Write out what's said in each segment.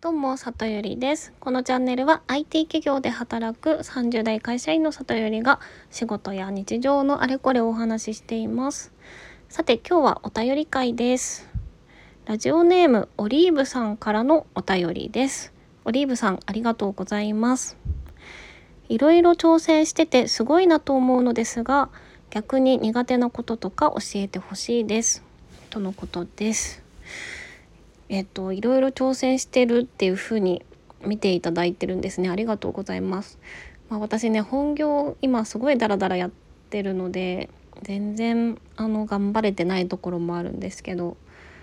どうも、里よりです。このチャンネルは IT 企業で働く30代会社員の里よりが仕事や日常のあれこれをお話ししています。さて、今日はお便り会です。ラジオネームオリーブさんからのお便りです。オリーブさん、ありがとうございます。いろいろ挑戦しててすごいなと思うのですが、逆に苦手なこととか教えてほしいです。とのことです。いろいろ挑戦してるっていう風に見ていただいてるんですね。ありがとうございます。私ね、本業今すごいダラダラやってるので、全然頑張れてないところもあるんですけど、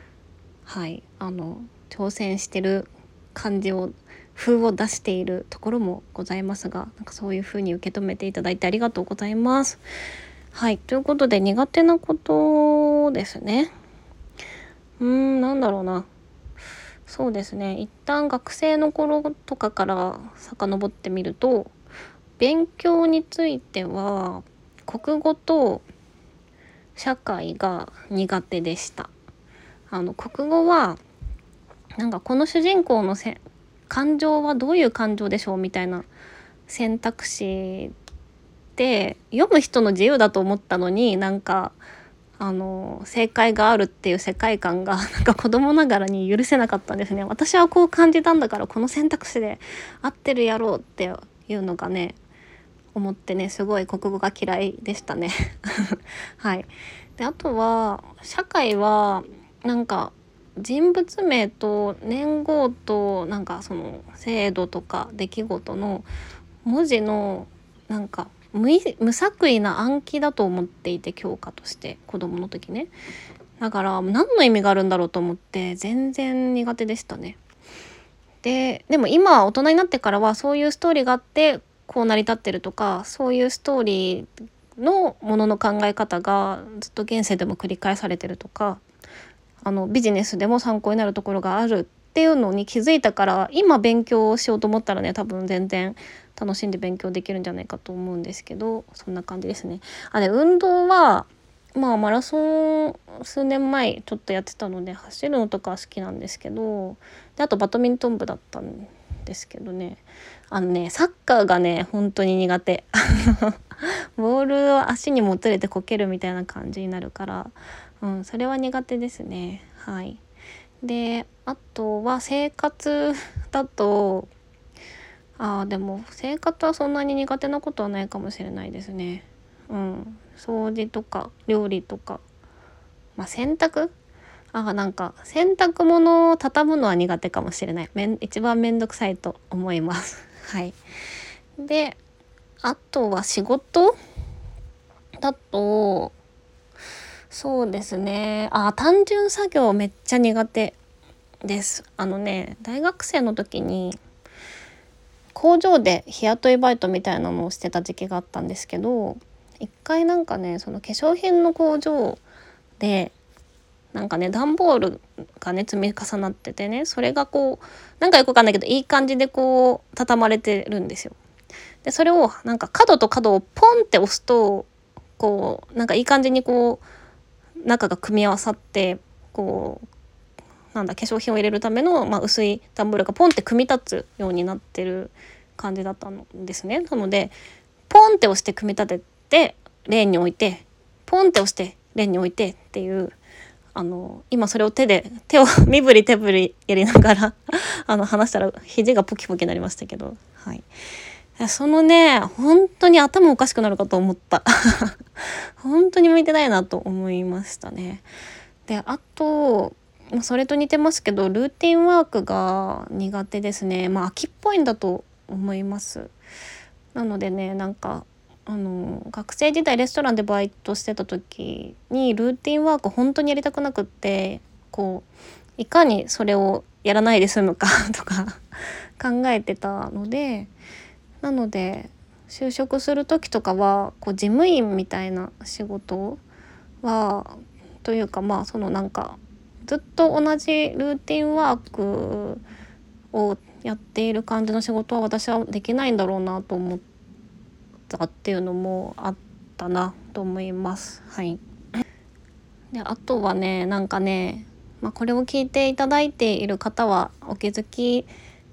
挑戦してる感じを風を出しているところもございますが、なんかそういう風に受け止めていただいてありがとうございます。はい、ということで苦手なことですね。なんだろうな。そうですね、一旦学生の頃とかから遡ってみると、勉強については国語と社会が苦手でした。国語はなんかこの主人公の感情はどういう感情でしょうみたいな選択肢で読む人の自由だと思ったのに、なんか正解があるっていう世界観がなんか子供ながらに許せなかったんですね。私はこう感じたんだからこの選択肢で合ってるやろうっていうのがね、思ってね、すごい国語が嫌いでしたね。はい。で、あとは社会はなんか人物名と年号となんかその制度とか出来事の文字のなんか無作為な暗記だと思っていて、教科として子供の時ね。だから何の意味があるんだろうと思って全然苦手でしたね。でも今大人になってからはそういうストーリーがあってこう成り立ってるとか、そういうストーリーのものの考え方がずっと現世でも繰り返されてるとか、ビジネスでも参考になるところがあるっていうのに気づいたから、今勉強しようと思ったらね、多分全然楽しんで勉強できるんじゃないかと思うんですけど、そんな感じですね。運動はマラソン数年前ちょっとやってたので走るのとかは好きなんですけど、であとバドミントン部だったんですけどね、サッカーがね本当に苦手。ボールを足にもつれてこけるみたいな感じになるから、それは苦手ですね。はい。であとは生活だと、でも生活はそんなに苦手なことはないかもしれないですね。掃除とか料理とか、洗濯、なんか洗濯物を畳むのは苦手かもしれない。一番めんどくさいと思います。はい。であとは仕事だと、そうですね、単純作業めっちゃ苦手です。大学生の時に工場で日雇いバイトみたいなのをしてた時期があったんですけど、一回なんかね、その化粧品の工場でなんかね、段ボールがね積み重なっててね、それがこうなんかよくわかんないけどいい感じでこう畳まれてるんですよ。でそれをなんか角と角をポンって押すと、こうなんかいい感じにこう中が組み合わさって、こう化粧品を入れるための、薄い段ボールがポンって組み立つようになってる感じだったんですね。なのでポンって押して組み立ててレーンに置いて、ポンって押してレーンに置いてっていう、今それを手を身振り手振りやりながら話したら肘がポキポキになりましたけど、はい。そのね、本当に頭おかしくなるかと思った。本当に向いてないなと思いましたね。であとそれと似てますけど、ルーティンワークが苦手ですね。秋っぽいんだと思います。なのでね、なんか学生時代レストランでバイトしてた時にルーティンワーク本当にやりたくなくって、こういかにそれをやらないで済むかとか考えてたので、なので就職する時とかはこう事務員みたいな仕事はというか、そのなんかずっと同じルーティンワークをやっている感じの仕事は私はできないんだろうなと思ったっていうのもあったなと思います。はい。であとはね、なんかね、これを聞いていただいている方はお気づき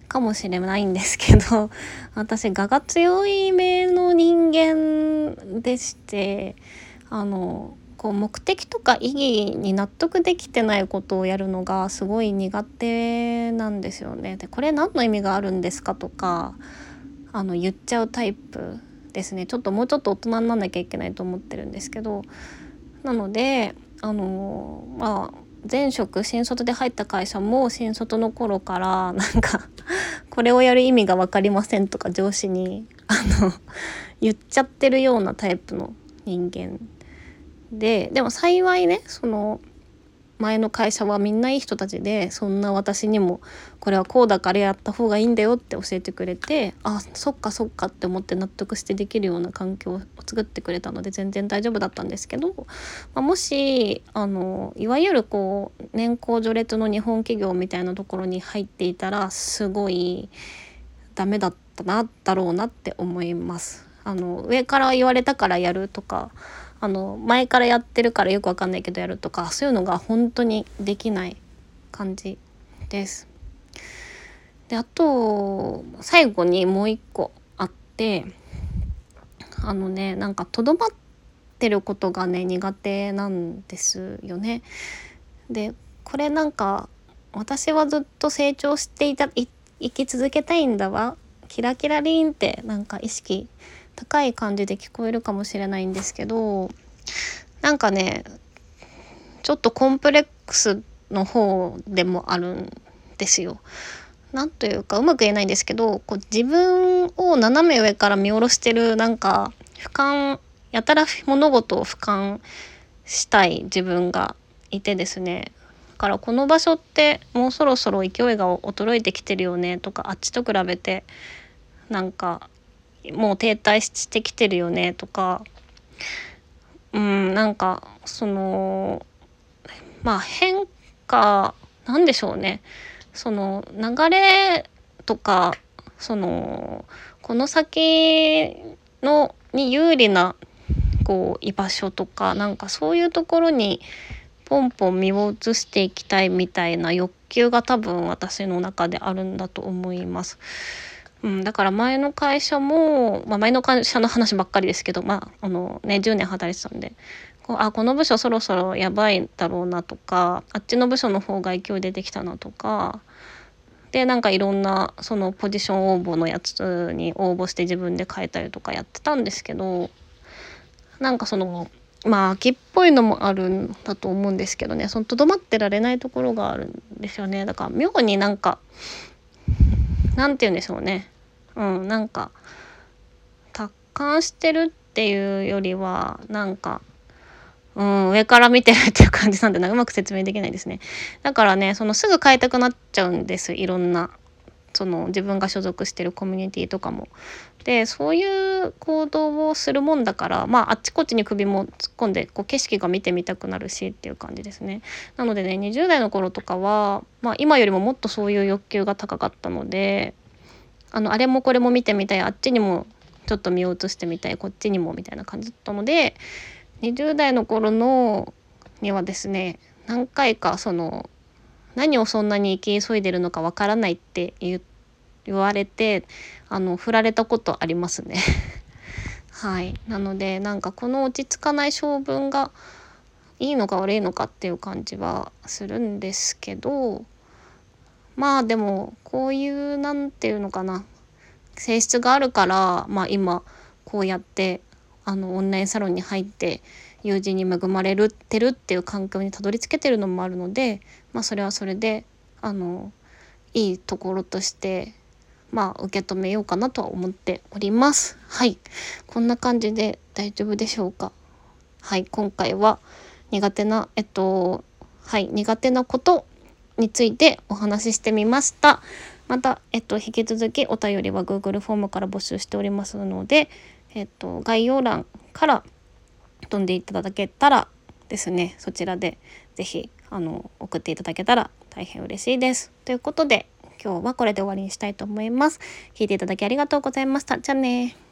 かもしれないんですけど私我が強い目の人間でして、こう目的とか意義に納得できてないことをやるのがすごい苦手なんですよね。でこれ何の意味があるんですかとか言っちゃうタイプですね。もうちょっと大人にならなきゃいけないと思ってるんですけど、なので前職新卒で入った会社も新卒の頃からなんかこれをやる意味が分かりませんとか上司に言っちゃってるようなタイプの人間でも幸いね、その前の会社はみんないい人たちで、そんな私にもこれはこうだからやった方がいいんだよって教えてくれて、あ、そっかそっかって思って納得してできるような環境を作ってくれたので全然大丈夫だったんですけど、もしいわゆるこう年功序列の日本企業みたいなところに入っていたらすごいダメだっただろうなって思います。上から言われたからやるとか、前からやってるからよくわかんないけどやるとか、そういうのが本当にできない感じです。であと最後にもう一個あって、なんかとどまってることがね苦手なんですよね。でこれなんか私はずっと成長して生き続けたいんだわ、キラキラリンってなんか意識高い感じで聞こえるかもしれないんですけど、なんかねちょっとコンプレックスの方でもあるんですよ。なんというかうまく言えないんですけど、こう自分を斜め上から見下ろしてる、なんかやたら物事を俯瞰したい自分がいてですね。だからこの場所ってもうそろそろ勢いが衰えてきてるよねとか、あっちと比べてなんかもう停滞してきてるよねとか、なんか変化なんでしょうね。その流れとか、この先に有利なこう居場所とか、なんかそういうところにポンポン身を移していきたいみたいな欲求が多分私の中であるんだと思います。だから前の会社も、前の会社の話ばっかりですけど、10年働いてたんで、この部署そろそろやばいだろうなとか、あっちの部署の方が勢い出てきたなとかで、なんかいろんなそのポジション応募のやつに応募して自分で変えたりとかやってたんですけど、なんか秋っぽいのもあるんだと思うんですけどね、とどまってられないところがあるんですよね。だから妙になんかなんて言うんでしょうね、なんか達観してるっていうよりはなんか上から見てるっていう感じなんでうまく説明できないですね。だからねすぐ変えたくなっちゃうんです。いろんな自分が所属してるコミュニティとかも。でそういう行動をするもんだから、あっちこっちに首も突っ込んで景色が見てみたくなるしっていう感じですね。なのでね20代の頃とかは、今よりももっとそういう欲求が高かったので、あれもこれも見てみたい、あっちにもちょっと身を移してみたい、こっちにもみたいな感じだったので、20代の頃にはですね、何回か何をそんなに生き急いでるのかわからないって言われて振られたことありますねはい。なのでなんかこの落ち着かない性分がいいのか悪いのかっていう感じはするんですけど、でもこういうなんていうのかな、性質があるから、今こうやってオンラインサロンに入って友人に恵まれてるっていう環境にたどり着けてるのもあるので、それはそれでいいところとして受け止めようかなとは思っております。はい、こんな感じで大丈夫でしょうか。はい、今回は苦手な苦手なことについてお話ししてみました。また、引き続きお便りは Google フォームから募集しておりますので、概要欄から飛んでいただけたらですね、そちらでぜひ送っていただけたら大変嬉しいです。ということで今日はこれで終わりにしたいと思います。聞いていただきありがとうございました。じゃあね。